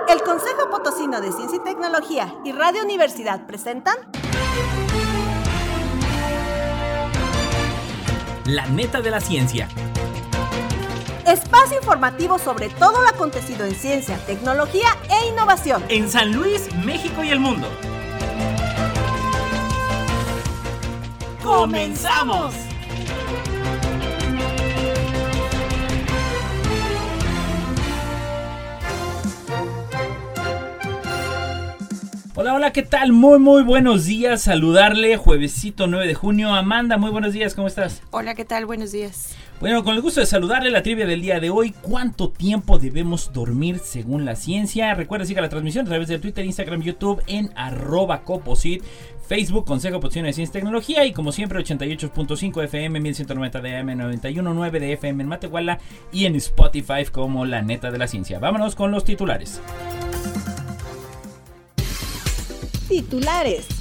El Consejo Potosino de Ciencia y Tecnología y Radio Universidad presentan La Neta de la Ciencia. Espacio informativo sobre todo lo acontecido en ciencia, tecnología e innovación En San Luis, México y el mundo. ¡Comenzamos! Hola, ¿qué tal? Muy buenos días, saludarle, juevesito 9 de junio. Amanda, muy buenos días, ¿cómo estás? Hola, ¿qué tal? Buenos días. Bueno, con el gusto de saludarle, la trivia del día de hoy: ¿cuánto tiempo debemos dormir según la ciencia? Recuerda, siga la transmisión a través de Twitter, Instagram, YouTube en @coposit, Facebook, Consejo Potosino de Ciencia y Tecnología, y como siempre 88.5 FM, 1190 de AM, 91.9 de FM en Matehuala y en Spotify como La Neta de la Ciencia. Vámonos con los titulares. Titulares.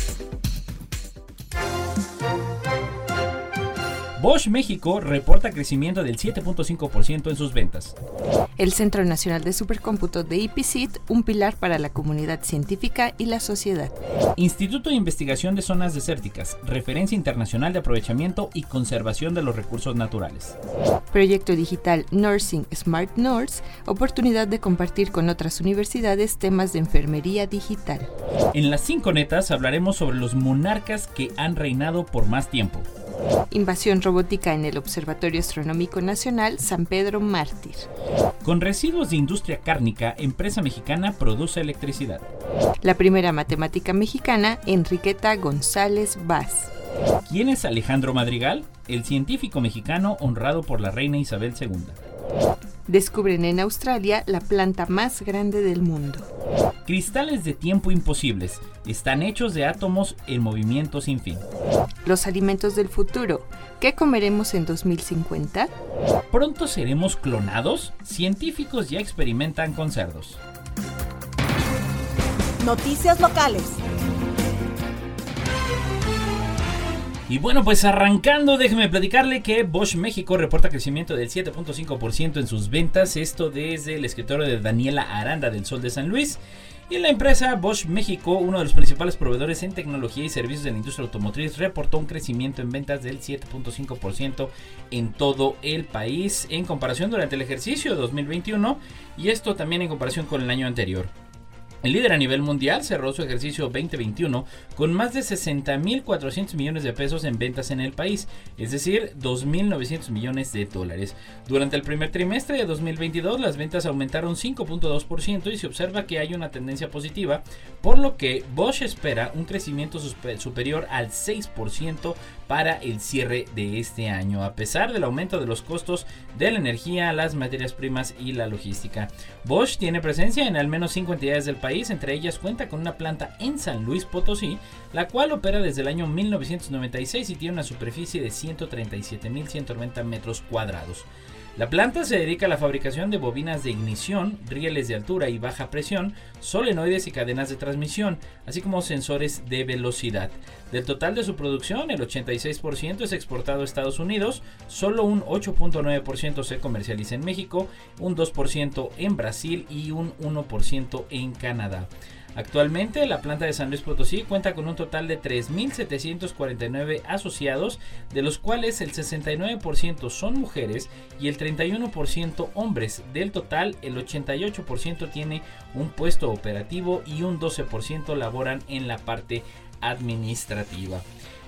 Bosch México reporta crecimiento del 7.5% en sus ventas. El Centro Nacional de Supercómputo de IPCIT, un pilar para la comunidad científica y la sociedad. Instituto de Investigación de Zonas Desérticas, referencia internacional de aprovechamiento y conservación de los recursos naturales. Proyecto digital Nursing Smart Nurse, oportunidad de compartir con otras universidades temas de enfermería digital. En las 5 netas hablaremos sobre los monarcas que han reinado por más tiempo. Invasión robótica en el Observatorio Astronómico Nacional San Pedro Mártir. Con residuos de industria cárnica, empresa mexicana produce electricidad. La primera matemática mexicana, Enriqueta González Vaz. ¿Quién es Alejandro Madrigal? El científico mexicano honrado por la reina Isabel II. Descubren en Australia la planta más grande del mundo. Cristales de tiempo imposibles. Están hechos de átomos en movimiento sin fin. Los alimentos del futuro. ¿Qué comeremos en 2050? ¿Pronto seremos clonados? Científicos ya experimentan con cerdos. Noticias locales. Y bueno, pues arrancando, déjeme platicarle que Bosch México reporta crecimiento del 7.5% en sus ventas, esto desde el escritorio de Daniela Aranda del Sol de San Luis. Y la empresa Bosch México, uno de los principales proveedores en tecnología y servicios de la industria automotriz, reportó un crecimiento en ventas del 7.5% en todo el país en comparación durante el ejercicio de 2021, y esto también en comparación con el año anterior. El líder a nivel mundial cerró su ejercicio 2021 con más de 60.400 millones de pesos en ventas en el país, es decir, 2.900 millones de dólares. Durante el primer trimestre de 2022 las ventas aumentaron 5.2% y se observa que hay una tendencia positiva, por lo que Bosch espera un crecimiento superior al 6% para el cierre de este año, a pesar del aumento de los costos de la energía, las materias primas y la logística. Bosch tiene presencia en al menos 5 entidades del país, entre ellas cuenta con una planta en San Luis Potosí, la cual opera desde el año 1996 y tiene una superficie de 137.190 metros cuadrados. La planta se dedica a la fabricación de bobinas de ignición, rieles de altura y baja presión, solenoides y cadenas de transmisión, así como sensores de velocidad. Del total de su producción, el 86% es exportado a Estados Unidos, solo un 8.9% se comercializa en México, un 2% en Brasil y un 1% en Canadá. Actualmente, la planta de San Luis Potosí cuenta con un total de 3.749 asociados, de los cuales el 69% son mujeres y el 31% hombres. Del total, el 88% tiene un puesto operativo y un 12% laboran en la parte administrativa.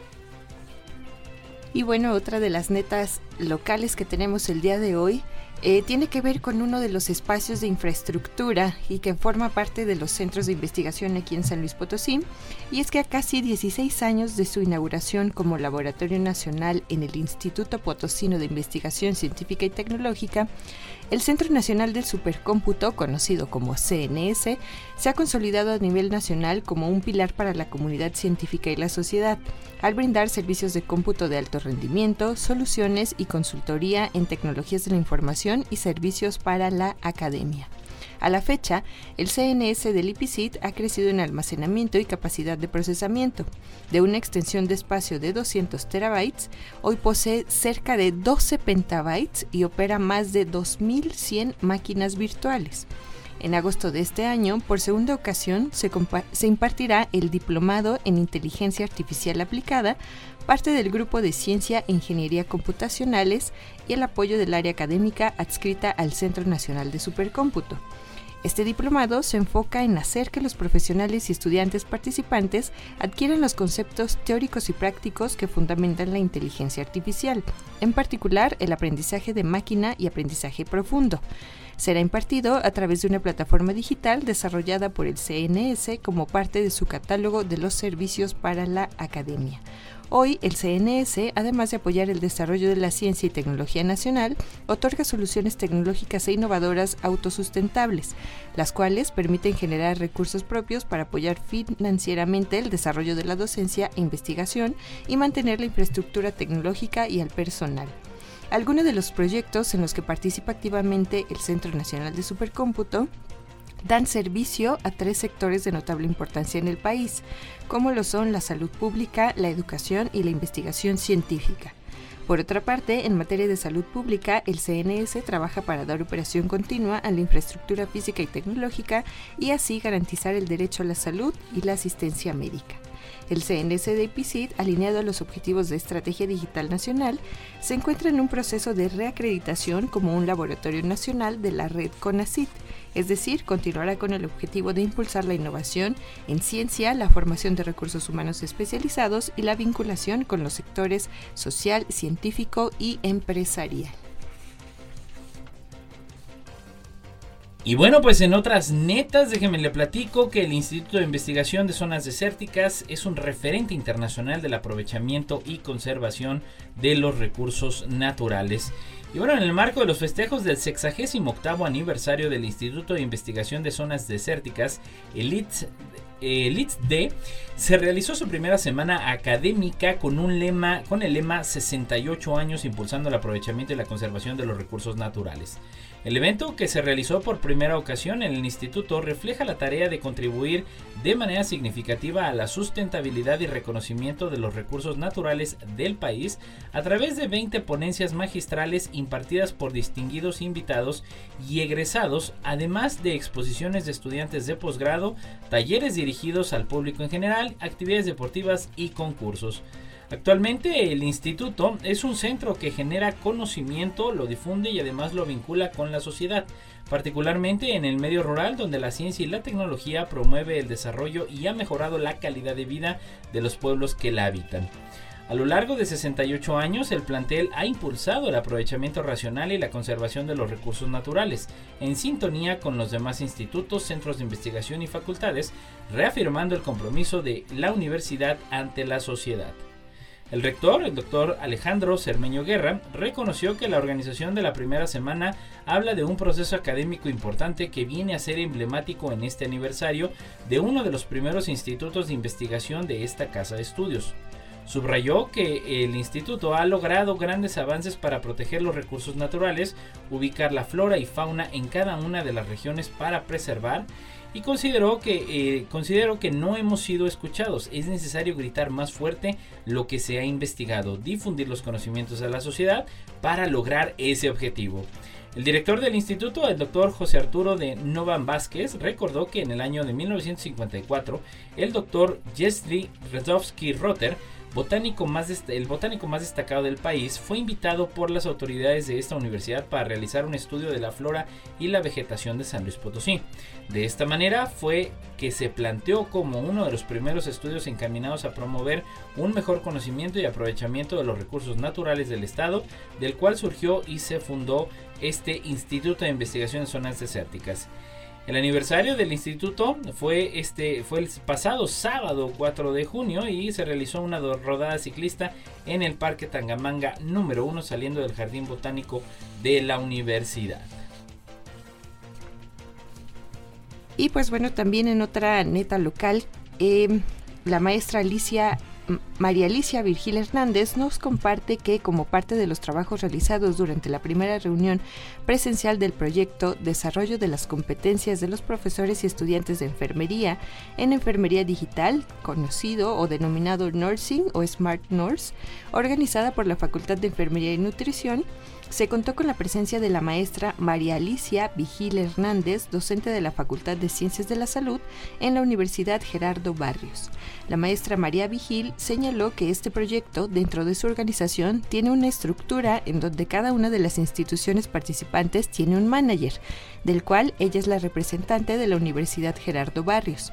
Y bueno, otra de las netas locales que tenemos el día de hoy tiene que ver con uno de los espacios de infraestructura y que forma parte de los centros de investigación aquí en San Luis Potosí, y es que a casi 16 años de su inauguración como Laboratorio Nacional en el Instituto Potosino de Investigación Científica y Tecnológica, el Centro Nacional del Supercómputo, conocido como CNS, se ha consolidado a nivel nacional como un pilar para la comunidad científica y la sociedad, al brindar servicios de cómputo de alto rendimiento, soluciones y consultoría en tecnologías de la información y servicios para la academia. A la fecha, el CNS del IPCIT ha crecido en almacenamiento y capacidad de procesamiento. De una extensión de espacio de 200 terabytes, hoy posee cerca de 12 petabytes y opera más de 2.100 máquinas virtuales. En agosto de este año, por segunda ocasión, se impartirá el Diplomado en Inteligencia Artificial Aplicada, parte del Grupo de Ciencia e Ingeniería Computacionales y el apoyo del área académica adscrita al Centro Nacional de Supercómputo. Este diplomado se enfoca en hacer que los profesionales y estudiantes participantes adquieran los conceptos teóricos y prácticos que fundamentan la inteligencia artificial, en particular el aprendizaje de máquina y aprendizaje profundo. Será impartido a través de una plataforma digital desarrollada por el CNS como parte de su catálogo de los servicios para la academia. Hoy, el CNS, además de apoyar el desarrollo de la ciencia y tecnología nacional, otorga soluciones tecnológicas e innovadoras autosustentables, las cuales permiten generar recursos propios para apoyar financieramente el desarrollo de la docencia e investigación y mantener la infraestructura tecnológica y al personal. Algunos de los proyectos en los que participa activamente el Centro Nacional de Supercómputo dan servicio a 3 sectores de notable importancia en el país, como lo son la salud pública, la educación y la investigación científica. Por otra parte, en materia de salud pública, el CNS trabaja para dar operación continua a la infraestructura física y tecnológica y así garantizar el derecho a la salud y la asistencia médica. El CNS de IPICIT, alineado a los objetivos de Estrategia Digital Nacional, se encuentra en un proceso de reacreditación como un laboratorio nacional de la red CONACYT, es decir, continuará con el objetivo de impulsar la innovación en ciencia, la formación de recursos humanos especializados y la vinculación con los sectores social, científico y empresarial. Y bueno, pues en otras netas, déjenme le platico que el Instituto de Investigación de Zonas Desérticas es un referente internacional del aprovechamiento y conservación de los recursos naturales. Y bueno, en el marco de los festejos del 68º aniversario del Instituto de Investigación de Zonas Desérticas, el ITSD, se realizó su primera semana académica con el lema 68 años impulsando el aprovechamiento y la conservación de los recursos naturales. El evento, que se realizó por primera ocasión en el instituto, refleja la tarea de contribuir de manera significativa a la sustentabilidad y reconocimiento de los recursos naturales del país a través de 20 ponencias magistrales impartidas por distinguidos invitados y egresados, además de exposiciones de estudiantes de posgrado, talleres dirigidos al público en general, actividades deportivas y concursos. Actualmente el instituto es un centro que genera conocimiento, lo difunde y además lo vincula con la sociedad, particularmente en el medio rural, donde la ciencia y la tecnología promueve el desarrollo y ha mejorado la calidad de vida de los pueblos que la habitan. A lo largo de 68 años, el plantel ha impulsado el aprovechamiento racional y la conservación de los recursos naturales, en sintonía con los demás institutos, centros de investigación y facultades, reafirmando el compromiso de la universidad ante la sociedad. El rector, el doctor Alejandro Cermeño Guerra, reconoció que la organización de la primera semana habla de un proceso académico importante que viene a ser emblemático en este aniversario de uno de los primeros institutos de investigación de esta casa de estudios. Subrayó que el instituto ha logrado grandes avances para proteger los recursos naturales, ubicar la flora y fauna en cada una de las regiones para preservar, y considero que no hemos sido escuchados. Es necesario gritar más fuerte lo que se ha investigado, difundir los conocimientos a la sociedad para lograr ese objetivo. El director del instituto, el doctor José Arturo de Novan Vázquez, recordó que en el año de 1954, el doctor Jesli Redowski-Rotter, el botánico más destacado del país, fue invitado por las autoridades de esta universidad para realizar un estudio de la flora y la vegetación de San Luis Potosí. De esta manera fue que se planteó como uno de los primeros estudios encaminados a promover un mejor conocimiento y aprovechamiento de los recursos naturales del estado, del cual surgió y se fundó este Instituto de Investigación en Zonas Desérticas. El aniversario del instituto fue el pasado sábado 4 de junio y se realizó una rodada ciclista en el Parque Tangamanga número 1 saliendo del Jardín Botánico de la universidad. Y pues bueno, también en otra neta local, la maestra María Alicia Virgil Hernández nos comparte que como parte de los trabajos realizados durante la primera reunión presencial del proyecto Desarrollo de las competencias de los profesores y estudiantes de enfermería en enfermería digital, conocido o denominado Nursing o Smart Nurse, organizada por la Facultad de Enfermería y Nutrición, se contó con la presencia de la maestra María Alicia Vigil Hernández, docente de la Facultad de Ciencias de la Salud en la Universidad Gerardo Barrios. La maestra María Vigil señaló que este proyecto, dentro de su organización, tiene una estructura en donde cada una de las instituciones participantes tiene un manager, del cual ella es la representante de la Universidad Gerardo Barrios.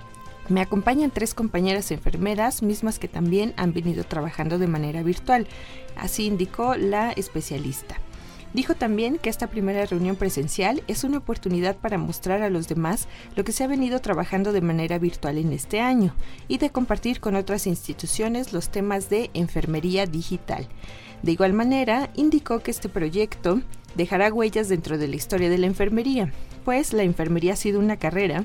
Me acompañan 3 compañeras enfermeras, mismas que también han venido trabajando de manera virtual, así indicó la especialista. Dijo también que esta primera reunión presencial es una oportunidad para mostrar a los demás lo que se ha venido trabajando de manera virtual en este año y de compartir con otras instituciones los temas de enfermería digital. De igual manera, indicó que este proyecto dejará huellas dentro de la historia de la enfermería, pues la enfermería ha sido una carrera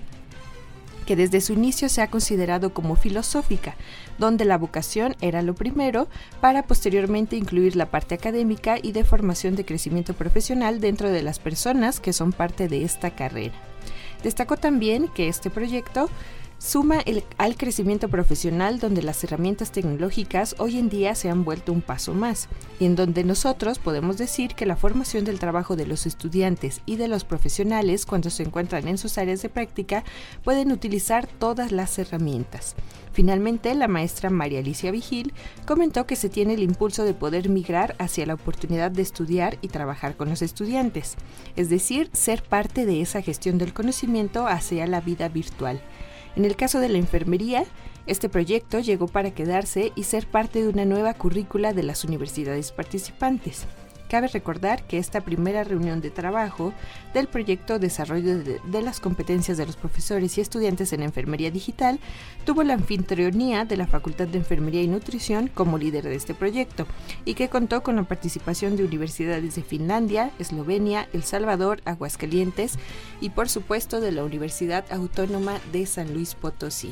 que desde su inicio se ha considerado como filosófica, donde la vocación era lo primero, para posteriormente incluir la parte académica y de formación de crecimiento profesional dentro de las personas que son parte de esta carrera. Destacó también que este proyecto suma al crecimiento profesional, donde las herramientas tecnológicas hoy en día se han vuelto un paso más, y en donde nosotros podemos decir que la formación del trabajo de los estudiantes y de los profesionales, cuando se encuentran en sus áreas de práctica, pueden utilizar todas las herramientas. Finalmente, la maestra María Alicia Vigil comentó que se tiene el impulso de poder migrar hacia la oportunidad de estudiar y trabajar con los estudiantes, es decir, ser parte de esa gestión del conocimiento hacia la vida virtual. En el caso de la enfermería, este proyecto llegó para quedarse y ser parte de una nueva currícula de las universidades participantes. Cabe recordar que esta primera reunión de trabajo del proyecto Desarrollo de las competencias de los profesores y estudiantes en enfermería digital tuvo la anfitrionía de la Facultad de Enfermería y Nutrición como líder de este proyecto, y que contó con la participación de universidades de Finlandia, Eslovenia, El Salvador, Aguascalientes y por supuesto de la Universidad Autónoma de San Luis Potosí.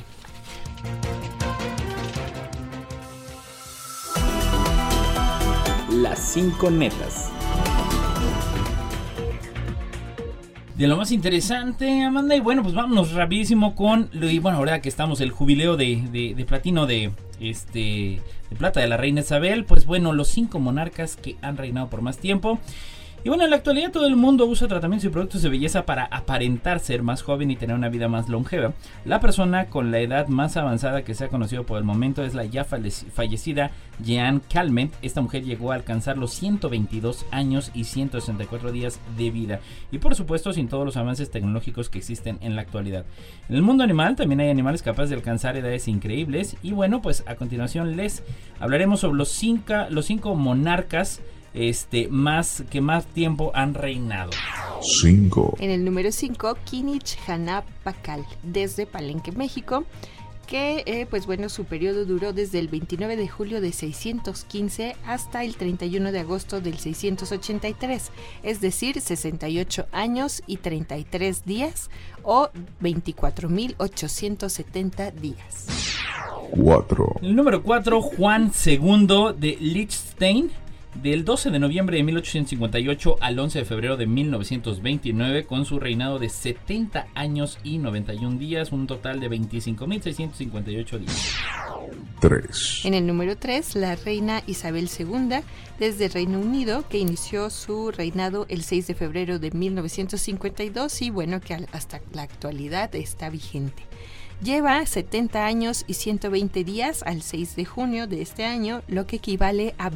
Las 5 netas. De lo más interesante, Amanda, y bueno, pues vámonos rapidísimo con, y bueno, ahora que estamos el jubileo de platino de plata de la reina Isabel, pues bueno, los 5 monarcas que han reinado por más tiempo. Y bueno, en la actualidad todo el mundo usa tratamientos y productos de belleza para aparentar ser más joven y tener una vida más longeva. La persona con la edad más avanzada que se ha conocido por el momento es la ya fallecida Jeanne Calment. Esta mujer llegó a alcanzar los 122 años y 164 días de vida. Y por supuesto sin todos los avances tecnológicos que existen en la actualidad. En el mundo animal también hay animales capaces de alcanzar edades increíbles. Y bueno, pues a continuación les hablaremos sobre los 5 monarcas que más tiempo han reinado. 5. En el número 5, Kinich Hanna Pakal, desde Palenque, México, que pues bueno, su periodo duró desde el 29 de julio de 615 hasta el 31 de agosto del 683, es decir, 68 años y 33 días o 24.870 días. 4. El número 4, Juan II de Liechtenstein. Del 12 de noviembre de 1858 al 11 de febrero de 1929, con su reinado de 70 años y 91 días, un total de 25.658 días. 3. En el número 3, la reina Isabel II, desde Reino Unido, que inició su reinado el 6 de febrero de 1952 y bueno, que hasta la actualidad está vigente. Lleva 70 años y 120 días al 6 de junio de este año, lo que equivale a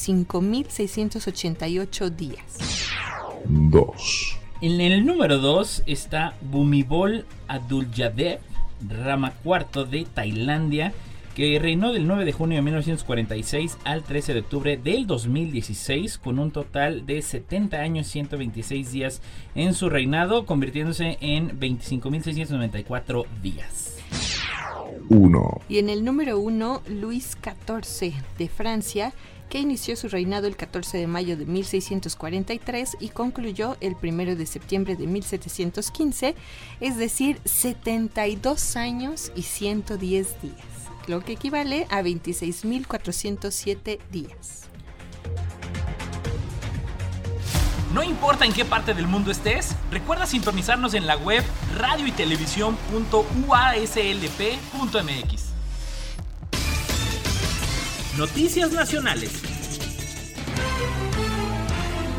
25.688 días. 2. En el número 2 está Bhumibol Adulyadej, Rama IV de Tailandia, que reinó del 9 de junio de 1946 al 13 de octubre del 2016, con un total de 70 años y 126 días en su reinado, convirtiéndose en 25.694 días. 1. Y en el número 1, Luis XIV de Francia, que inició su reinado el 14 de mayo de 1643 y concluyó el 1 de septiembre de 1715, es decir, 72 años y 110 días, lo que equivale a 26.407 días. No importa en qué parte del mundo estés, recuerda sintonizarnos en la web radioytelevisión.uaslp.mx. Noticias nacionales.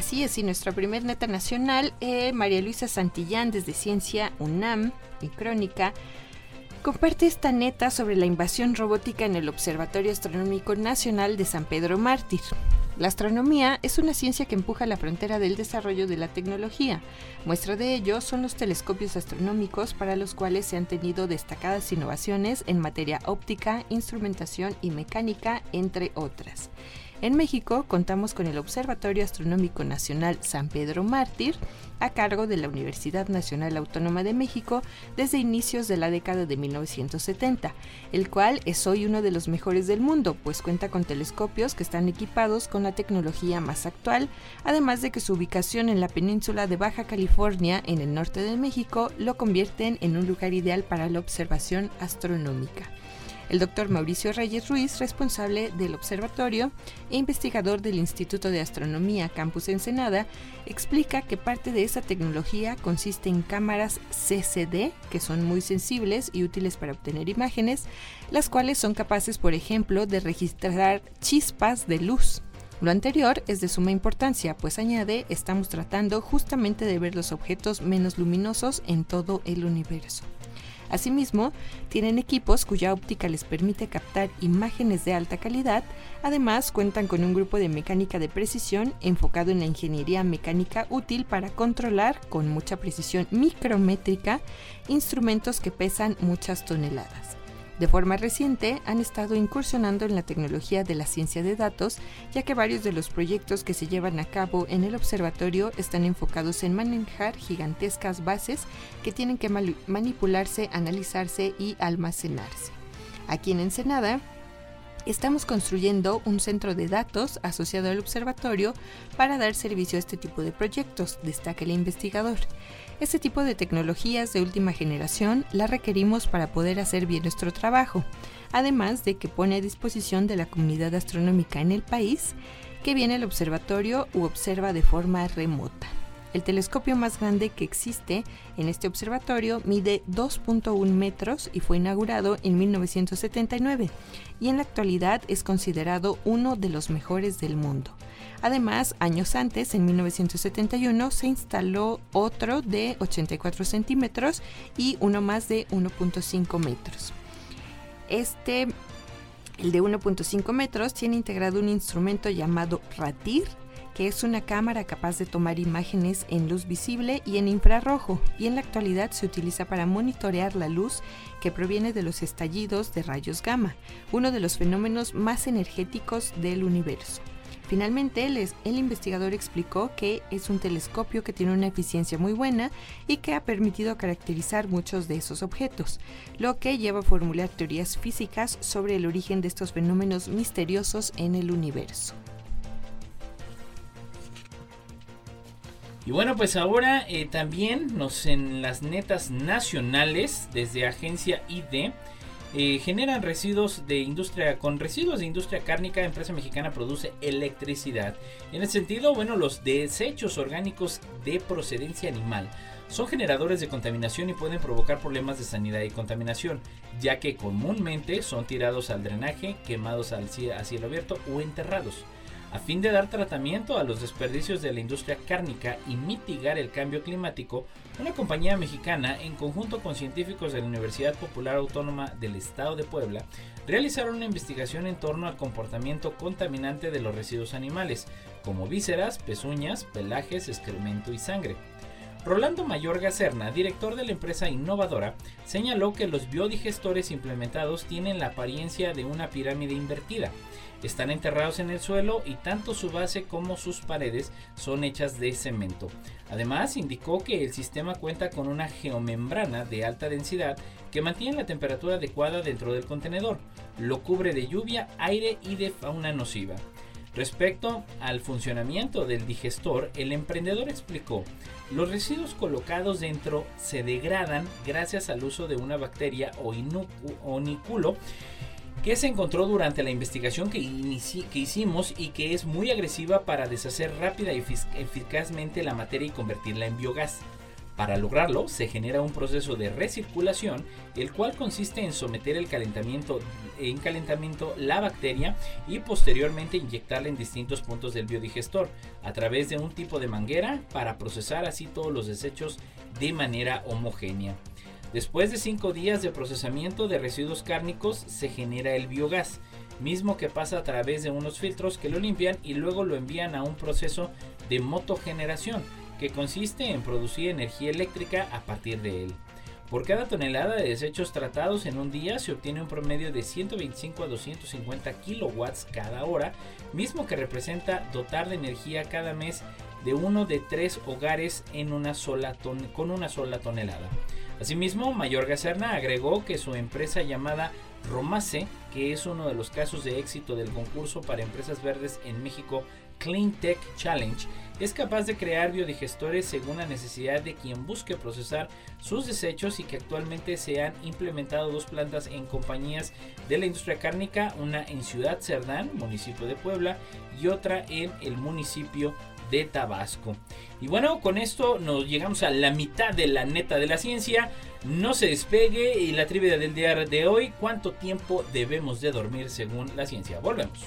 Así es, y nuestra primer neta nacional, María Luisa Santillán, desde Ciencia UNAM y Crónica, comparte esta neta sobre la invasión robótica en el Observatorio Astronómico Nacional de San Pedro Mártir. La astronomía es una ciencia que empuja la frontera del desarrollo de la tecnología. Muestra de ello son los telescopios astronómicos, para los cuales se han tenido destacadas innovaciones en materia óptica, instrumentación y mecánica, entre otras. En México contamos con el Observatorio Astronómico Nacional San Pedro Mártir, a cargo de la Universidad Nacional Autónoma de México desde inicios de la década de 1970, el cual es hoy uno de los mejores del mundo, pues cuenta con telescopios que están equipados con la tecnología más actual, además de que su ubicación en la península de Baja California, en el norte de México, lo convierten en un lugar ideal para la observación astronómica. El doctor Mauricio Reyes Ruiz, responsable del observatorio e investigador del Instituto de Astronomía Campus Ensenada, explica que parte de esa tecnología consiste en cámaras CCD, que son muy sensibles y útiles para obtener imágenes, las cuales son capaces, por ejemplo, de registrar chispas de luz. Lo anterior es de suma importancia, pues añade, estamos tratando justamente de ver los objetos menos luminosos en todo el universo. Asimismo, tienen equipos cuya óptica les permite captar imágenes de alta calidad. Además, cuentan con un grupo de mecánica de precisión enfocado en la ingeniería mecánica útil para controlar con mucha precisión micrométrica instrumentos que pesan muchas toneladas. De forma reciente, han estado incursionando en la tecnología de la ciencia de datos, ya que varios de los proyectos que se llevan a cabo en el observatorio están enfocados en manejar gigantescas bases que tienen que manipularse, analizarse y almacenarse. Aquí en Ensenada, estamos construyendo un centro de datos asociado al observatorio para dar servicio a este tipo de proyectos, destaca el investigador. Este tipo de tecnologías de última generación la requerimos para poder hacer bien nuestro trabajo, además de que pone a disposición de la comunidad astronómica en el país que viene al observatorio u observa de forma remota. El telescopio más grande que existe en este observatorio mide 2.1 metros y fue inaugurado en 1979 y en la actualidad es considerado uno de los mejores del mundo. Además, años antes, en 1971, se instaló otro de 84 centímetros y uno más de 1.5 metros. El de 1.5 metros tiene integrado un instrumento llamado RATIR, que es una cámara capaz de tomar imágenes en luz visible y en infrarrojo, y en la actualidad se utiliza para monitorear la luz que proviene de los estallidos de rayos gamma, uno de los fenómenos más energéticos del universo. Finalmente, el investigador explicó que es un telescopio que tiene una eficiencia muy buena y que ha permitido caracterizar muchos de esos objetos, lo que lleva a formular teorías físicas sobre el origen de estos fenómenos misteriosos en el universo. Y bueno, pues ahora también en las netas nacionales, desde Agencia ID, generan residuos de industria. Con residuos de industria cárnica, empresa mexicana produce electricidad. En ese sentido, bueno, los desechos orgánicos de procedencia animal son generadores de contaminación y pueden provocar problemas de sanidad y contaminación, ya que comúnmente son tirados al drenaje, quemados a cielo abierto o enterrados. A fin de dar tratamiento a los desperdicios de la industria cárnica y mitigar el cambio climático, una compañía mexicana, en conjunto con científicos de la Universidad Popular Autónoma del Estado de Puebla, realizaron una investigación en torno al comportamiento contaminante de los residuos animales, como vísceras, pezuñas, pelajes, excremento y sangre. Rolando Mayorga Serna, director de la empresa innovadora, señaló que los biodigestores implementados tienen la apariencia de una pirámide invertida. Están enterrados en el suelo y tanto su base como sus paredes son hechas de cemento. Además, indicó que el sistema cuenta con una geomembrana de alta densidad que mantiene la temperatura adecuada dentro del contenedor, lo cubre de lluvia, aire y de fauna nociva. Respecto al funcionamiento del digestor, el emprendedor explicó: los residuos colocados dentro se degradan gracias al uso de una bacteria o onículo que se encontró durante la investigación que hicimos y que es muy agresiva para deshacer rápida y eficazmente la materia y convertirla en biogás. Para lograrlo, se genera un proceso de recirculación, el cual consiste en someter en calentamiento la bacteria y posteriormente inyectarla en distintos puntos del biodigestor a través de un tipo de manguera para procesar así todos los desechos de manera homogénea. Después de 5 días de procesamiento de residuos cárnicos se genera el biogás, mismo que pasa a través de unos filtros que lo limpian y luego lo envían a un proceso de motogeneración, que consiste en producir energía eléctrica a partir de él. Por cada tonelada de desechos tratados en un día se obtiene un promedio de 125 a 250 kilowatts cada hora, mismo que representa dotar de energía cada mes de uno de 3 hogares con una sola tonelada. Asimismo, Mayorga Serna agregó que su empresa llamada Romace, que es uno de los casos de éxito del concurso para empresas verdes en México Clean Tech Challenge, es capaz de crear biodigestores según la necesidad de quien busque procesar sus desechos y que actualmente se han implementado 2 plantas en compañías de la industria cárnica, una en Ciudad Cerdán, municipio de Puebla, y otra en el municipio de Tabasco. Y bueno, con esto nos llegamos a la mitad de la neta de la ciencia. No se despegue, y la trivia del día de hoy: ¿cuánto tiempo debemos de dormir según la ciencia? Volvemos.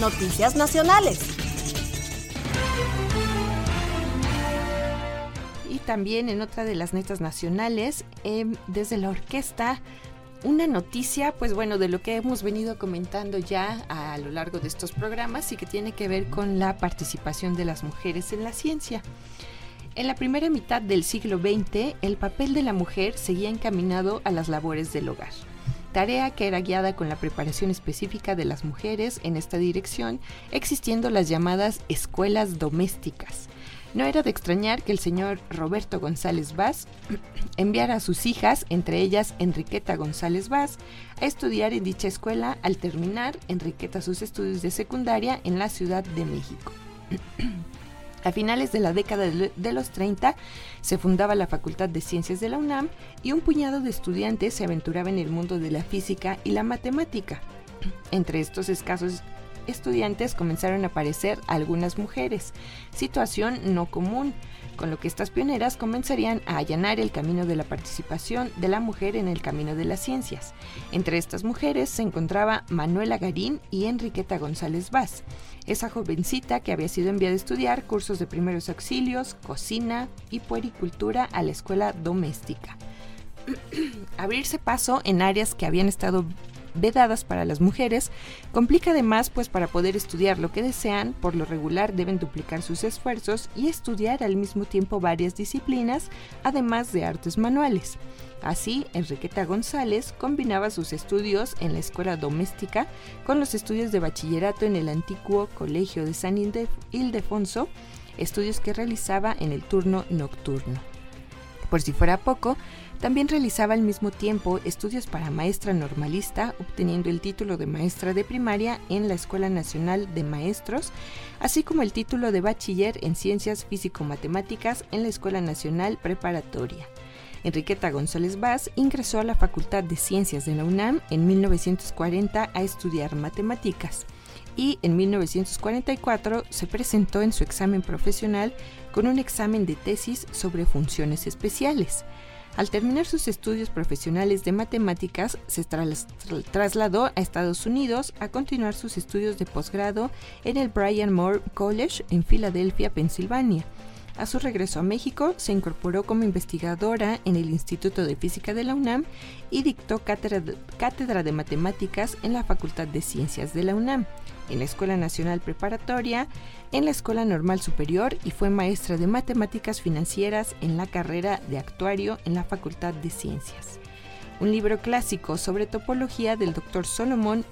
Noticias nacionales. Y también en otra de las netas nacionales, desde la orquesta, una noticia, pues bueno, de lo que hemos venido comentando ya a lo largo de estos programas y que tiene que ver con la participación de las mujeres en la ciencia. En la primera mitad del siglo XX, el papel de la mujer seguía encaminado a las labores del hogar, tarea que era guiada con la preparación específica de las mujeres en esta dirección, existiendo las llamadas escuelas domésticas. No era de extrañar que el señor Roberto González Vaz enviara a sus hijas, entre ellas Enriqueta González Vaz, a estudiar en dicha escuela. Al terminar, Enriqueta sus estudios de secundaria en la Ciudad de México. A finales de la década de los 30 se fundaba la Facultad de Ciencias de la UNAM y un puñado de estudiantes se aventuraba en el mundo de la física y la matemática. Entre estos escasos estudiantes comenzaron a aparecer algunas mujeres, situación no común, con lo que estas pioneras comenzarían a allanar el camino de la participación de la mujer en el camino de las ciencias. Entre estas mujeres se encontraba Manuela Garín y Enriqueta González Vaz, esa jovencita que había sido enviada a estudiar cursos de primeros auxilios, cocina y puericultura a la escuela doméstica. Abrirse paso en áreas que habían estado vedadas para las mujeres complica además, pues para poder estudiar lo que desean, por lo regular deben duplicar sus esfuerzos y estudiar al mismo tiempo varias disciplinas, además de artes manuales. Así, Enriqueta González combinaba sus estudios en la escuela doméstica con los estudios de bachillerato en el antiguo Colegio de San Ildefonso, estudios que realizaba en el turno nocturno. Por si fuera poco, también realizaba al mismo tiempo estudios para maestra normalista, obteniendo el título de maestra de primaria en la Escuela Nacional de Maestros, así como el título de bachiller en Ciencias Físico-Matemáticas en la Escuela Nacional Preparatoria. Enriqueta González Vaz ingresó a la Facultad de Ciencias de la UNAM en 1940 a estudiar matemáticas y en 1944 se presentó en su examen profesional con un examen de tesis sobre funciones especiales. Al terminar sus estudios profesionales de matemáticas, se trasladó a Estados Unidos a continuar sus estudios de posgrado en el Bryan Moore College en Filadelfia, Pensilvania. A su regreso a México, se incorporó como investigadora en el Instituto de Física de la UNAM y dictó cátedra de matemáticas en la Facultad de Ciencias de la UNAM, en la Escuela Nacional Preparatoria, en la Escuela Normal Superior y fue maestra de matemáticas financieras en la carrera de actuario en la Facultad de Ciencias. Un libro clásico sobre topología del Dr. Solomon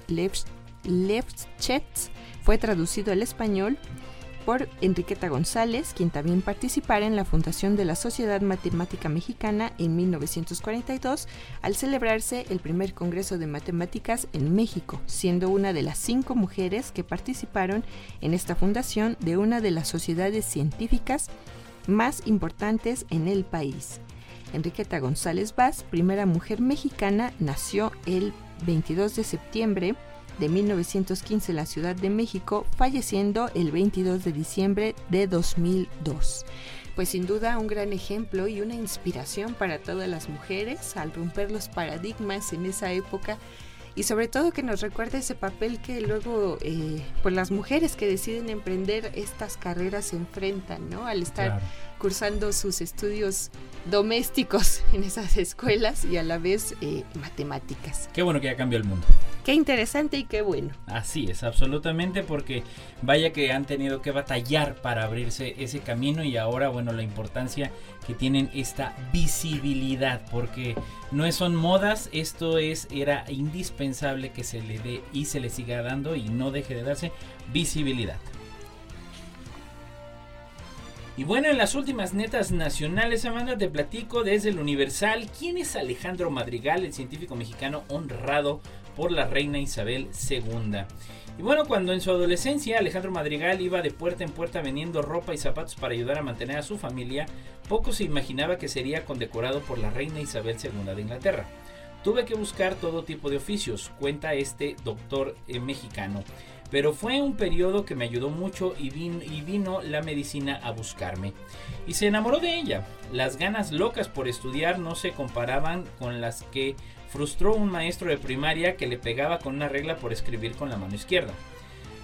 Lefschetz fue traducido al español por Enriqueta González, quien también participara en la fundación de la Sociedad Matemática Mexicana en 1942, al celebrarse el primer Congreso de Matemáticas en México, siendo una de las 5 mujeres que participaron en esta fundación de una de las sociedades científicas más importantes en el país. Enriqueta González Vaz, primera mujer mexicana, nació el 22 de septiembre de 1915 en la Ciudad de México, falleciendo el 22 de diciembre de 2002. Pues sin duda un gran ejemplo y una inspiración para todas las mujeres al romper los paradigmas en esa época y sobre todo que nos recuerda ese papel que luego pues las mujeres que deciden emprender estas carreras se enfrentan, ¿no? Al estar cursando sus estudios domésticos en esas escuelas y a la vez matemáticas. Qué bueno que ya cambió el mundo. Qué interesante y qué bueno. Así es, absolutamente, porque vaya que han tenido que batallar para abrirse ese camino y ahora, bueno, la importancia que tienen esta visibilidad, porque no son modas, era indispensable que se le dé y se le siga dando y no deje de darse visibilidad. Y bueno, en las últimas netas nacionales, Amanda, te platico desde el Universal quién es Alejandro Madrigal, el científico mexicano honrado por la reina Isabel II. Y bueno, cuando en su adolescencia Alejandro Madrigal iba de puerta en puerta vendiendo ropa y zapatos para ayudar a mantener a su familia, poco se imaginaba que sería condecorado por la reina Isabel II de Inglaterra. Tuve que buscar todo tipo de oficios, cuenta este doctor mexicano. Pero fue un periodo que me ayudó mucho y vino la medicina a buscarme. Y se enamoró de ella. Las ganas locas por estudiar no se comparaban con las que frustró un maestro de primaria que le pegaba con una regla por escribir con la mano izquierda.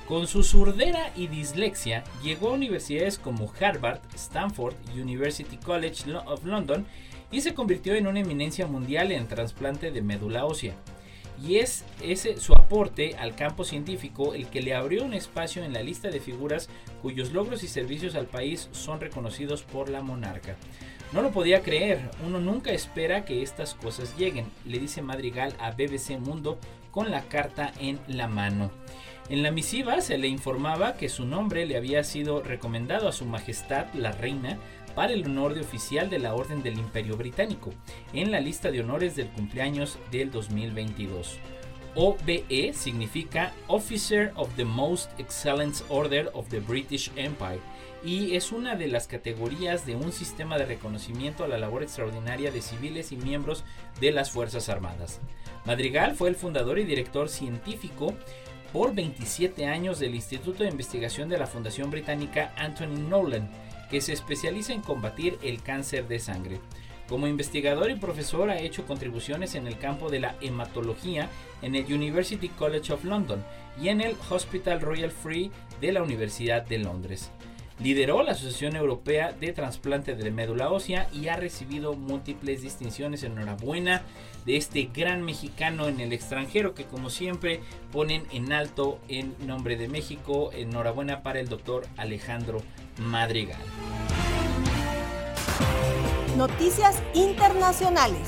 Con su surdera y dislexia, llegó a universidades como Harvard, Stanford, University College of London y se convirtió en una eminencia mundial en trasplante de médula ósea. Y es ese su aporte al campo científico el que le abrió un espacio en la lista de figuras cuyos logros y servicios al país son reconocidos por la monarca. No lo podía creer, uno nunca espera que estas cosas lleguen, le dice Madrigal a BBC Mundo con la carta en la mano. En la misiva se le informaba que su nombre le había sido recomendado a su majestad la reina para el honor de oficial de la Orden del Imperio Británico en la lista de honores del cumpleaños del 2022. OBE significa Officer of the Most Excellent Order of the British Empire y es una de las categorías de un sistema de reconocimiento a la labor extraordinaria de civiles y miembros de las Fuerzas Armadas. Madrigal fue el fundador y director científico por 27 años del Instituto de Investigación de la Fundación Británica Anthony Nolan, que se especializa en combatir el cáncer de sangre. Como investigador y profesor ha hecho contribuciones en el campo de la hematología en el University College of London y en el Hospital Royal Free de la Universidad de Londres. Lideró la Asociación Europea de Trasplante de Médula Ósea y ha recibido múltiples distinciones. Enhorabuena de este gran mexicano en el extranjero que, como siempre, ponen en alto en nombre de México. Enhorabuena para el doctor Alejandro Madrigal. Noticias internacionales.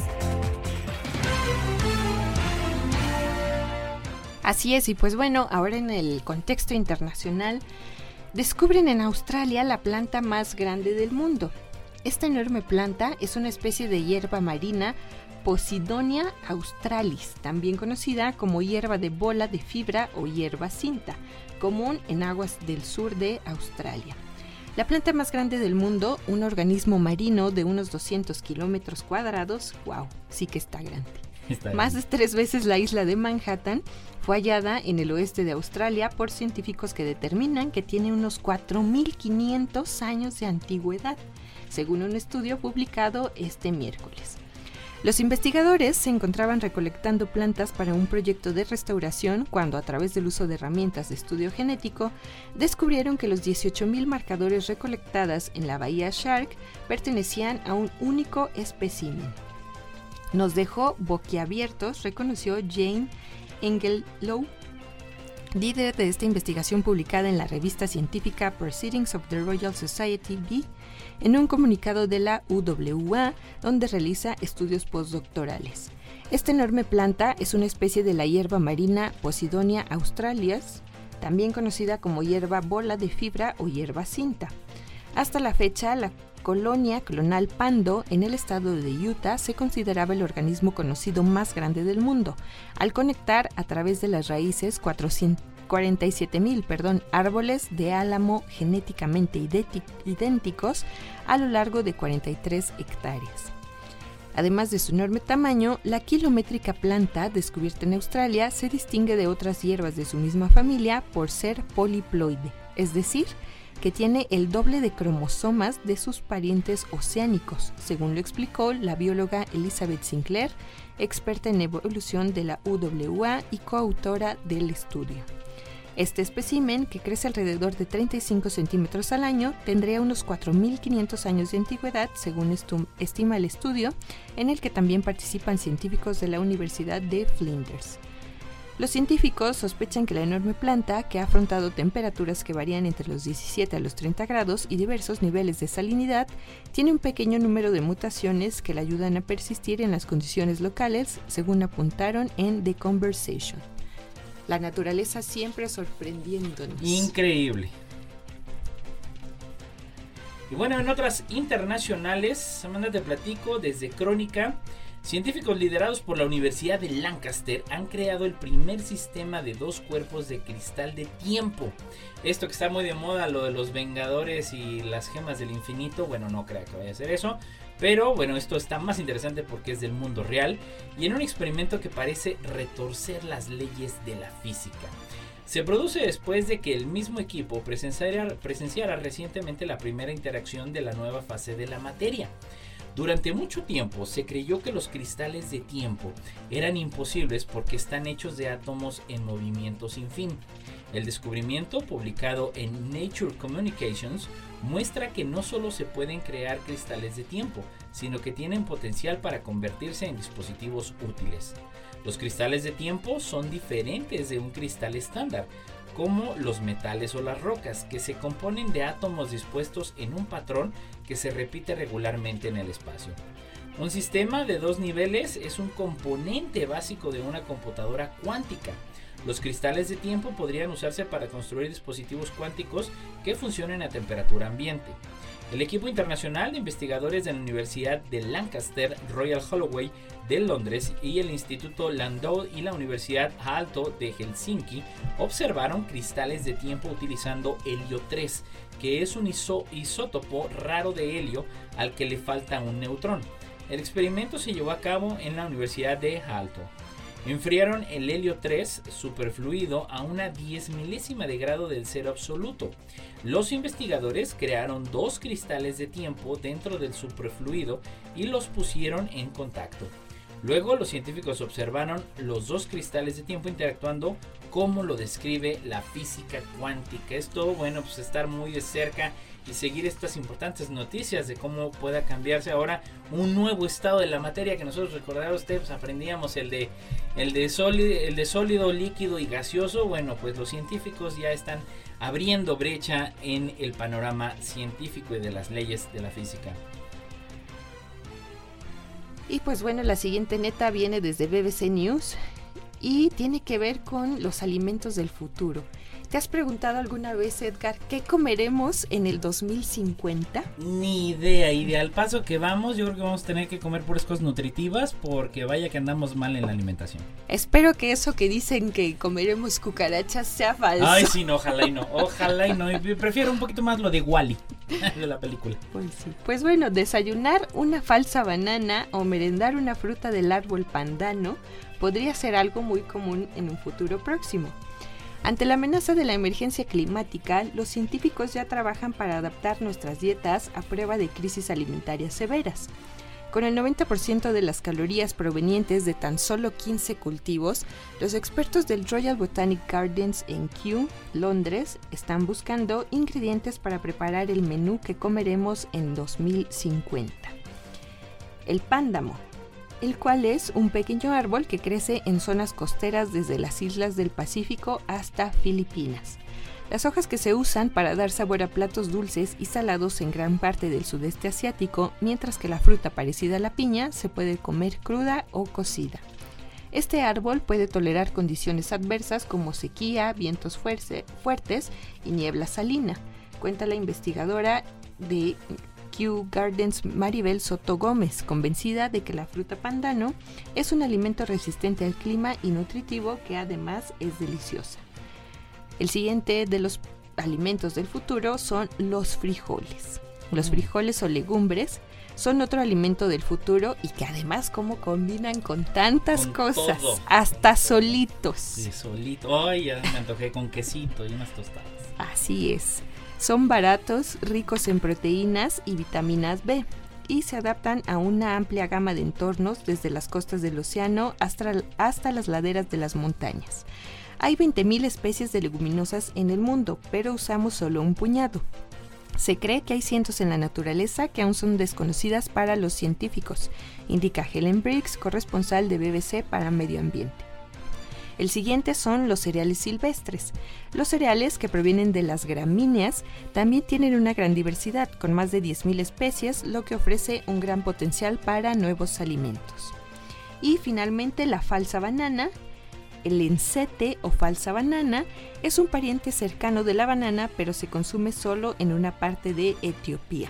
Así es, y pues bueno, ahora en el contexto internacional, descubren en Australia la planta más grande del mundo. Esta enorme planta es una especie de hierba marina Posidonia australis, también conocida como hierba de bola de fibra o hierba cinta, común en aguas del sur de Australia. La planta más grande del mundo, un organismo marino de unos 200 kilómetros cuadrados, wow, sí que está grande. Más de 3 veces la isla de Manhattan, fue hallada en el oeste de Australia por científicos que determinan que tiene unos 4.500 años de antigüedad, según un estudio publicado este miércoles. Los investigadores se encontraban recolectando plantas para un proyecto de restauración cuando, a través del uso de herramientas de estudio genético, descubrieron que los 18.000 marcadores recolectadas en la bahía Shark pertenecían a un único espécimen. Nos dejó boquiabiertos, reconoció Jane Engelow, líder de esta investigación publicada en la revista científica Proceedings of the Royal Society B, en un comunicado de la UWA, donde realiza estudios postdoctorales. Esta enorme planta es una especie de la hierba marina Posidonia australis, también conocida como hierba bola de fibra o hierba cinta. Hasta la fecha, la colonia clonal Pando en el estado de Utah se consideraba el organismo conocido más grande del mundo, al conectar a través de las raíces 47.000 árboles de álamo genéticamente idénticos a lo largo de 43 hectáreas. Además de su enorme tamaño, la kilométrica planta descubierta en Australia se distingue de otras hierbas de su misma familia por ser poliploide, es decir, que tiene el doble de cromosomas de sus parientes oceánicos, según lo explicó la bióloga Elizabeth Sinclair, experta en evolución de la UWA y coautora del estudio. Este espécimen, que crece alrededor de 35 centímetros al año, tendría unos 4.500 años de antigüedad, según estima el estudio, en el que también participan científicos de la Universidad de Flinders. Los científicos sospechan que la enorme planta, que ha afrontado temperaturas que varían entre los 17 a los 30 grados y diversos niveles de salinidad, tiene un pequeño número de mutaciones que la ayudan a persistir en las condiciones locales, según apuntaron en The Conversation. La naturaleza siempre sorprendiéndonos. Increíble. Y bueno, en otras internacionales, Amanda, te platico desde Crónica. Científicos liderados por la Universidad de Lancaster han creado el primer sistema de 2 cuerpos de cristal de tiempo. Esto que está muy de moda, lo de los Vengadores y las gemas del infinito, bueno, no creo que vaya a ser eso. Pero bueno, esto está más interesante porque es del mundo real y en un experimento que parece retorcer las leyes de la física. Se produce después de que el mismo equipo presenciara recientemente la primera interacción de la nueva fase de la materia. Durante mucho tiempo se creyó que los cristales de tiempo eran imposibles porque están hechos de átomos en movimiento sin fin. El descubrimiento, publicado en Nature Communications, muestra que no solo se pueden crear cristales de tiempo, sino que tienen potencial para convertirse en dispositivos útiles. Los cristales de tiempo son diferentes de un cristal estándar, como los metales o las rocas, que se componen de átomos dispuestos en un patrón que se repite regularmente en el espacio. Un sistema de 2 niveles es un componente básico de una computadora cuántica. Los cristales de tiempo podrían usarse para construir dispositivos cuánticos que funcionen a temperatura ambiente. El equipo internacional de investigadores de la Universidad de Lancaster, Royal Holloway de Londres y el Instituto Landau y la Universidad Aalto de Helsinki observaron cristales de tiempo utilizando helio 3, que es un isótopo raro de helio al que le falta un neutrón. El experimento se llevó a cabo en la Universidad de Aalto. Enfriaron el helio 3 superfluido a una 10 milésima de grado del cero absoluto. Los investigadores crearon 2 cristales de tiempo dentro del superfluido y los pusieron en contacto. Luego los científicos observaron los 2 cristales de tiempo interactuando como lo describe la física cuántica. Es todo, bueno, pues estar muy de cerca y seguir estas importantes noticias de cómo pueda cambiarse ahora un nuevo estado de la materia, que nosotros, recordar ustedes, pues aprendíamos el de sólido, líquido y gaseoso. Bueno, pues los científicos ya están abriendo brecha en el panorama científico y de las leyes de la física. Y pues bueno, la siguiente neta viene desde BBC News y tiene que ver con los alimentos del futuro. ¿Te has preguntado alguna vez, Edgar, qué comeremos en el 2050? Ni idea, y de al paso que vamos, yo creo que vamos a tener que comer puras cosas nutritivas, porque vaya que andamos mal en la alimentación. Espero que eso que dicen que comeremos cucarachas sea falso. Ay, sí, no, ojalá y no. Y prefiero un poquito más lo de Wall-E, de la película. Pues sí. Pues bueno, desayunar una falsa banana o merendar una fruta del árbol pandano podría ser algo muy común en un futuro próximo. Ante la amenaza de la emergencia climática, los científicos ya trabajan para adaptar nuestras dietas a prueba de crisis alimentarias severas. Con el 90% de las calorías provenientes de tan solo 15 cultivos, los expertos del Royal Botanic Gardens en Kew, Londres, están buscando ingredientes para preparar el menú que comeremos en 2050. El pándamo, el cual es un pequeño árbol que crece en zonas costeras desde las islas del Pacífico hasta Filipinas. Las hojas que se usan para dar sabor a platos dulces y salados en gran parte del sudeste asiático, mientras que la fruta parecida a la piña se puede comer cruda o cocida. Este árbol puede tolerar condiciones adversas como sequía, vientos fuertes y niebla salina, cuenta la investigadora de Kew Gardens Maribel Soto Gómez, convencida de que la fruta pandano es un alimento resistente al clima y nutritivo que además es deliciosa. El siguiente de los alimentos del futuro son los frijoles. Los frijoles o legumbres son otro alimento del futuro y que además como combinan con tantas cosas, todo. Hasta solitos. Sí, solito. Ay, ya me antojé con quesito y unas tostadas. Así es. Son baratos, ricos en proteínas y vitaminas B y se adaptan a una amplia gama de entornos desde las costas del océano hasta las laderas de las montañas. Hay 20.000 especies de leguminosas en el mundo, pero usamos solo un puñado. Se cree que hay cientos en la naturaleza que aún son desconocidas para los científicos, indica Helen Briggs, corresponsal de BBC para Medio Ambiente. El siguiente son los cereales silvestres. Los cereales que provienen de las gramíneas también tienen una gran diversidad, con más de 10.000 especies, lo que ofrece un gran potencial para nuevos alimentos. Y finalmente la falsa banana. El encete o falsa banana es un pariente cercano de la banana, pero se consume solo en una parte de Etiopía.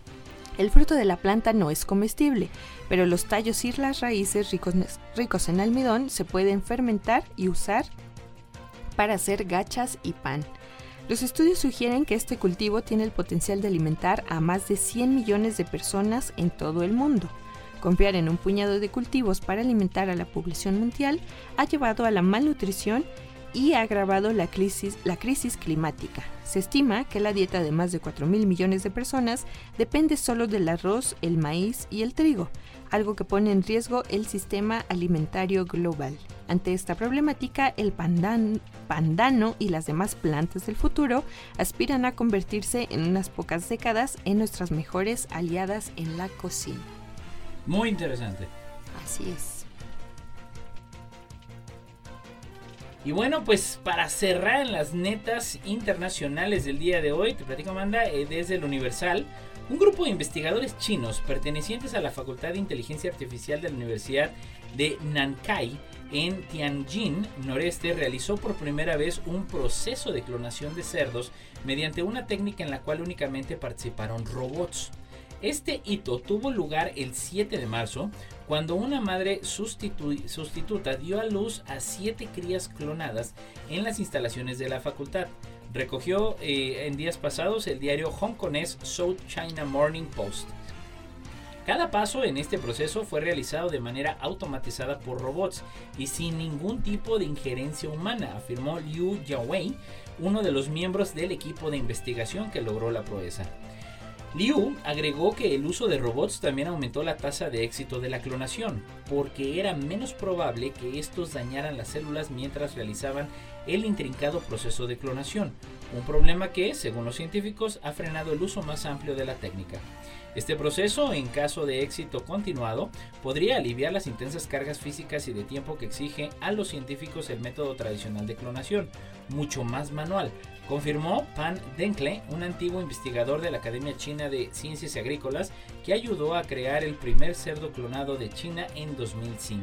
El fruto de la planta no es comestible, pero los tallos y las raíces ricos en almidón se pueden fermentar y usar para hacer gachas y pan. Los estudios sugieren que este cultivo tiene el potencial de alimentar a más de 100 millones de personas en todo el mundo. Confiar en un puñado de cultivos para alimentar a la población mundial ha llevado a la malnutrición y ha agravado la crisis climática. Se estima que la dieta de más de 4.000 millones de personas depende solo del arroz, el maíz y el trigo, algo que pone en riesgo el sistema alimentario global. Ante esta problemática, el pandano y las demás plantas del futuro aspiran a convertirse en unas pocas décadas en nuestras mejores aliadas en la cocina. Muy interesante. Así es. Y bueno, pues para cerrar en las netas internacionales del día de hoy, te platico, Amanda, desde el Universal, un grupo de investigadores chinos pertenecientes a la Facultad de Inteligencia Artificial de la Universidad de Nankai en Tianjin, noreste, realizó por primera vez un proceso de clonación de cerdos mediante una técnica en la cual únicamente participaron robots. Este hito tuvo lugar el 7 de marzo, cuando una madre sustituta dio a luz a 7 crías clonadas en las instalaciones de la facultad. Recogió en días pasados el diario hongkonés South China Morning Post. Cada paso en este proceso fue realizado de manera automatizada por robots y sin ningún tipo de injerencia humana, afirmó Liu Jiawei, uno de los miembros del equipo de investigación que logró la proeza. Liu agregó que el uso de robots también aumentó la tasa de éxito de la clonación, porque era menos probable que estos dañaran las células mientras realizaban el intrincado proceso de clonación, un problema que, según los científicos, ha frenado el uso más amplio de la técnica. Este proceso, en caso de éxito continuado, podría aliviar las intensas cargas físicas y de tiempo que exige a los científicos el método tradicional de clonación, mucho más manual, confirmó Pan Denkle, un antiguo investigador de la Academia China de Ciencias Agrícolas que ayudó a crear el primer cerdo clonado de China en 2005.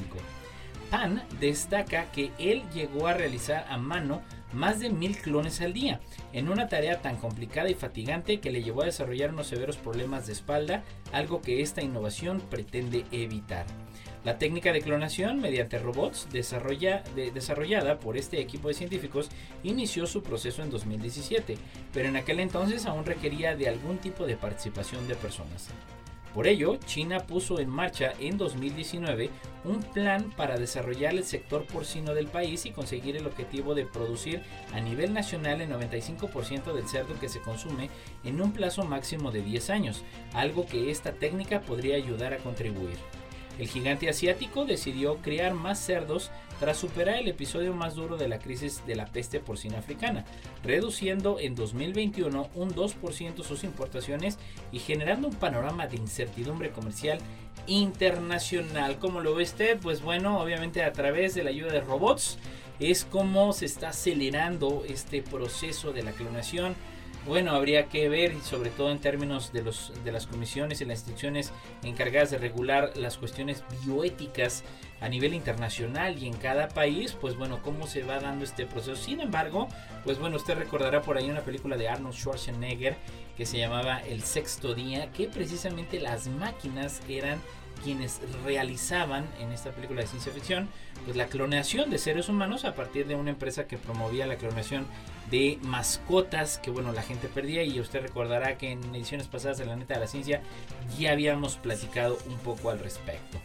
Pan destaca que él llegó a realizar a mano más de 1000 clones al día, en una tarea tan complicada y fatigante que le llevó a desarrollar unos severos problemas de espalda, algo que esta innovación pretende evitar. La técnica de clonación mediante robots desarrollada por este equipo de científicos inició su proceso en 2017, pero en aquel entonces aún requería de algún tipo de participación de personas. Por ello, China puso en marcha en 2019 un plan para desarrollar el sector porcino del país y conseguir el objetivo de producir a nivel nacional el 95% del cerdo que se consume en un plazo máximo de 10 años, algo que esta técnica podría ayudar a contribuir. El gigante asiático decidió criar más cerdos tras superar el episodio más duro de la crisis de la peste porcina africana, reduciendo en 2021 un 2% sus importaciones y generando un panorama de incertidumbre comercial internacional. ¿Cómo lo ve usted? Pues bueno, obviamente a través de la ayuda de robots es como se está acelerando este proceso de la clonación. Bueno, habría que ver, y sobre todo en términos de las comisiones y las instituciones encargadas de regular las cuestiones bioéticas a nivel internacional y en cada país, pues bueno, cómo se va dando este proceso. Sin embargo, pues bueno, usted recordará por ahí una película de Arnold Schwarzenegger que se llamaba El Sexto Día, que precisamente las máquinas eran quienes realizaban en esta película de ciencia ficción pues la clonación de seres humanos a partir de una empresa que promovía la clonación de mascotas que bueno la gente perdía, y usted recordará que en ediciones pasadas de La Neta de la Ciencia ya habíamos platicado un poco al respecto.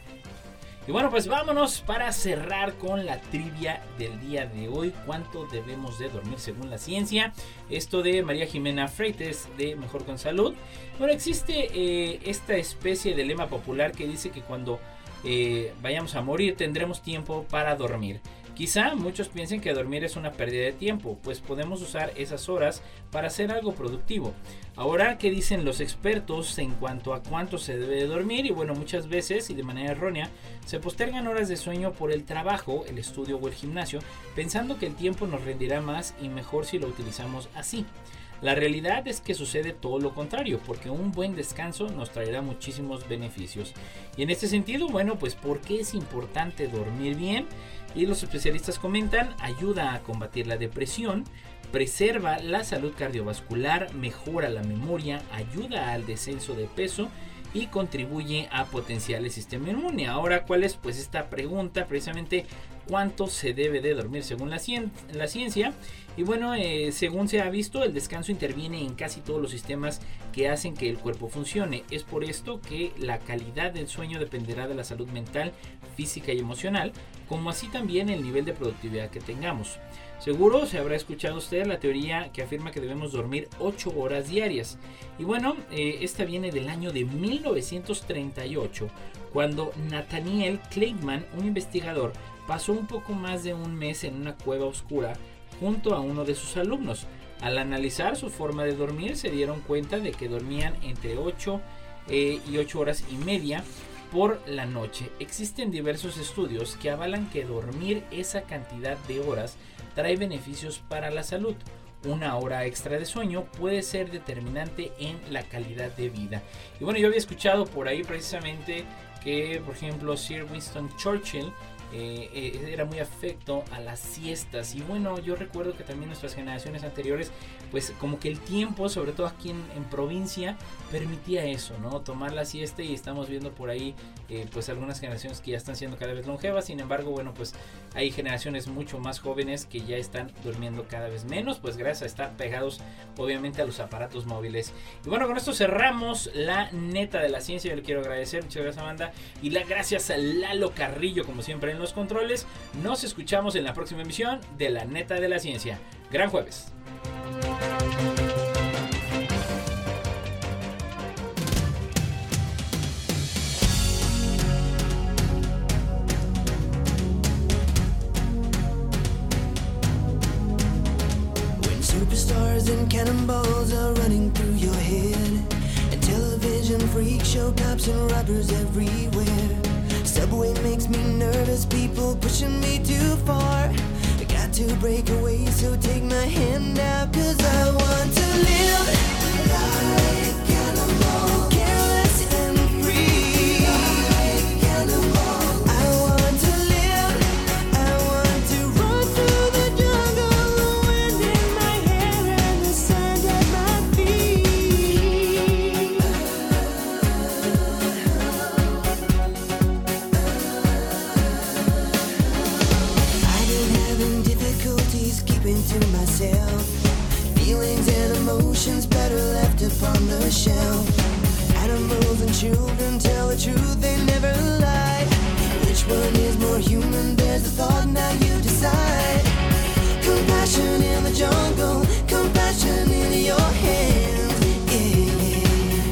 Y bueno, pues vámonos para cerrar con la trivia del día de hoy. ¿Cuánto debemos de dormir según la ciencia? Esto de María Jimena Freites de Mejor con Salud. Bueno, existe esta especie de lema popular que dice que cuando vayamos a morir tendremos tiempo para dormir. Quizá muchos piensen que dormir es una pérdida de tiempo, pues podemos usar esas horas para hacer algo productivo. Ahora, ¿qué dicen los expertos en cuanto a cuánto se debe de dormir? Y bueno, muchas veces y de manera errónea se postergan horas de sueño por el trabajo, el estudio o el gimnasio, pensando que el tiempo nos rendirá más y mejor si lo utilizamos así. La realidad es que sucede todo lo contrario, porque un buen descanso nos traerá muchísimos beneficios. Y en este sentido, bueno, pues ¿por qué es importante dormir bien? Y los especialistas comentan: ayuda a combatir la depresión, preserva la salud cardiovascular, mejora la memoria, ayuda al descenso de peso y contribuye a potenciar el sistema inmune. Ahora, ¿cuál es pues esta pregunta? Precisamente, ¿cuánto se debe de dormir según la ciencia? Y bueno, según se ha visto, el descanso interviene en casi todos los sistemas que hacen que el cuerpo funcione. Es por esto que la calidad del sueño dependerá de la salud mental, física y emocional, como así también el nivel de productividad que tengamos. Seguro se habrá escuchado usted la teoría que afirma que debemos dormir 8 horas diarias. Y bueno, esta viene del año de 1938, cuando Nathaniel Kleitman, un investigador, pasó un poco más de un mes en una cueva oscura junto a uno de sus alumnos. Al analizar su forma de dormir, se dieron cuenta de que dormían entre 8 y 8 horas y media por la noche. Existen diversos estudios que avalan que dormir esa cantidad de horas trae beneficios para la salud. Una hora extra de sueño puede ser determinante en la calidad de vida. Y bueno, yo había escuchado por ahí precisamente que, por ejemplo, Sir Winston Churchill era muy afecto a las siestas. Y bueno, yo recuerdo que también nuestras generaciones anteriores, pues como que el tiempo, sobre todo aquí en provincia, permitía eso, ¿no? Tomar la siesta, y estamos viendo por ahí pues algunas generaciones que ya están siendo cada vez longevas. Sin embargo, bueno, pues hay generaciones mucho más jóvenes que ya están durmiendo cada vez menos, pues gracias a estar pegados obviamente a los aparatos móviles. Y bueno, con esto cerramos la neta de la ciencia. Yo le quiero agradecer, muchas gracias Amanda, y gracias a Lalo Carrillo como siempre en los controles. Nos escuchamos en la próxima emisión de la neta de la ciencia. Gran jueves. When superstars and cannonballs are running through your head, and television freak show cops and robbers everywhere. Subway makes me nervous, people pushing me too far. I got to break away, so take my hand out, 'cause I want to live like animal, careless and free. Like animal. I want to live, I want to run through the jungle, the wind in my hair and the sand at my feet. Keeping to myself, feelings and emotions better left upon the shelf. Animals and children tell the truth, they never lie. Which one is more human? There's a thought, now you decide. Compassion in the jungle, compassion in your hands. Yeah.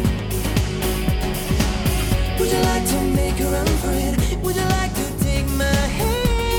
Would you like to make a run for it? Would you like to take my hand?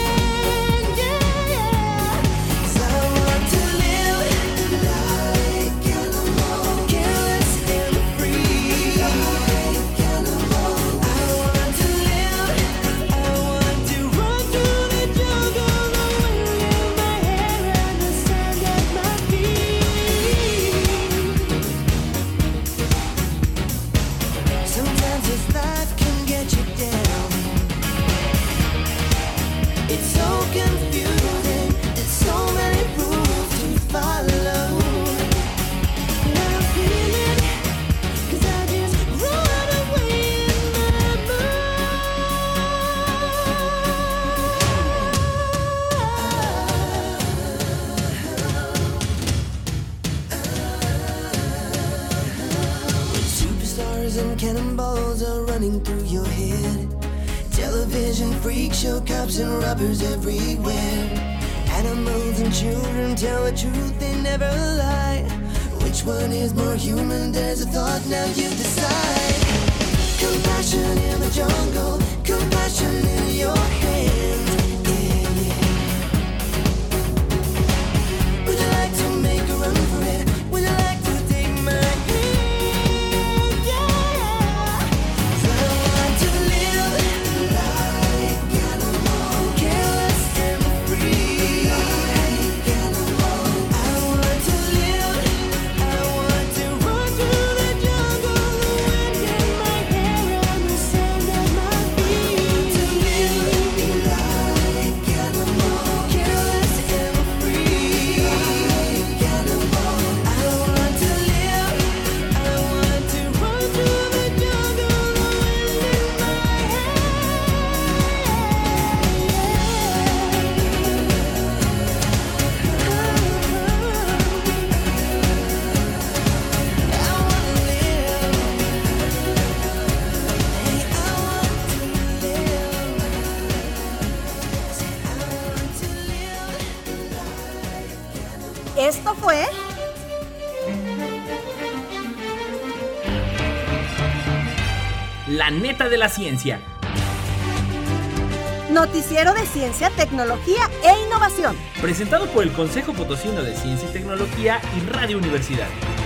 Cannonballs are running through your head. Television freak show cops and robbers everywhere. Animals and children tell the truth, they never lie. Which one is more human? There's a thought, now you decide. Compassion in the jungle, compassion in your hands. Yeah. Would you like to make a run for it? Would you like to take my hand? Say Esto fue La Neta de la Ciencia. Noticiero de Ciencia, Tecnología e Innovación. Presentado por el Consejo Potosino de Ciencia y Tecnología y Radio Universidad.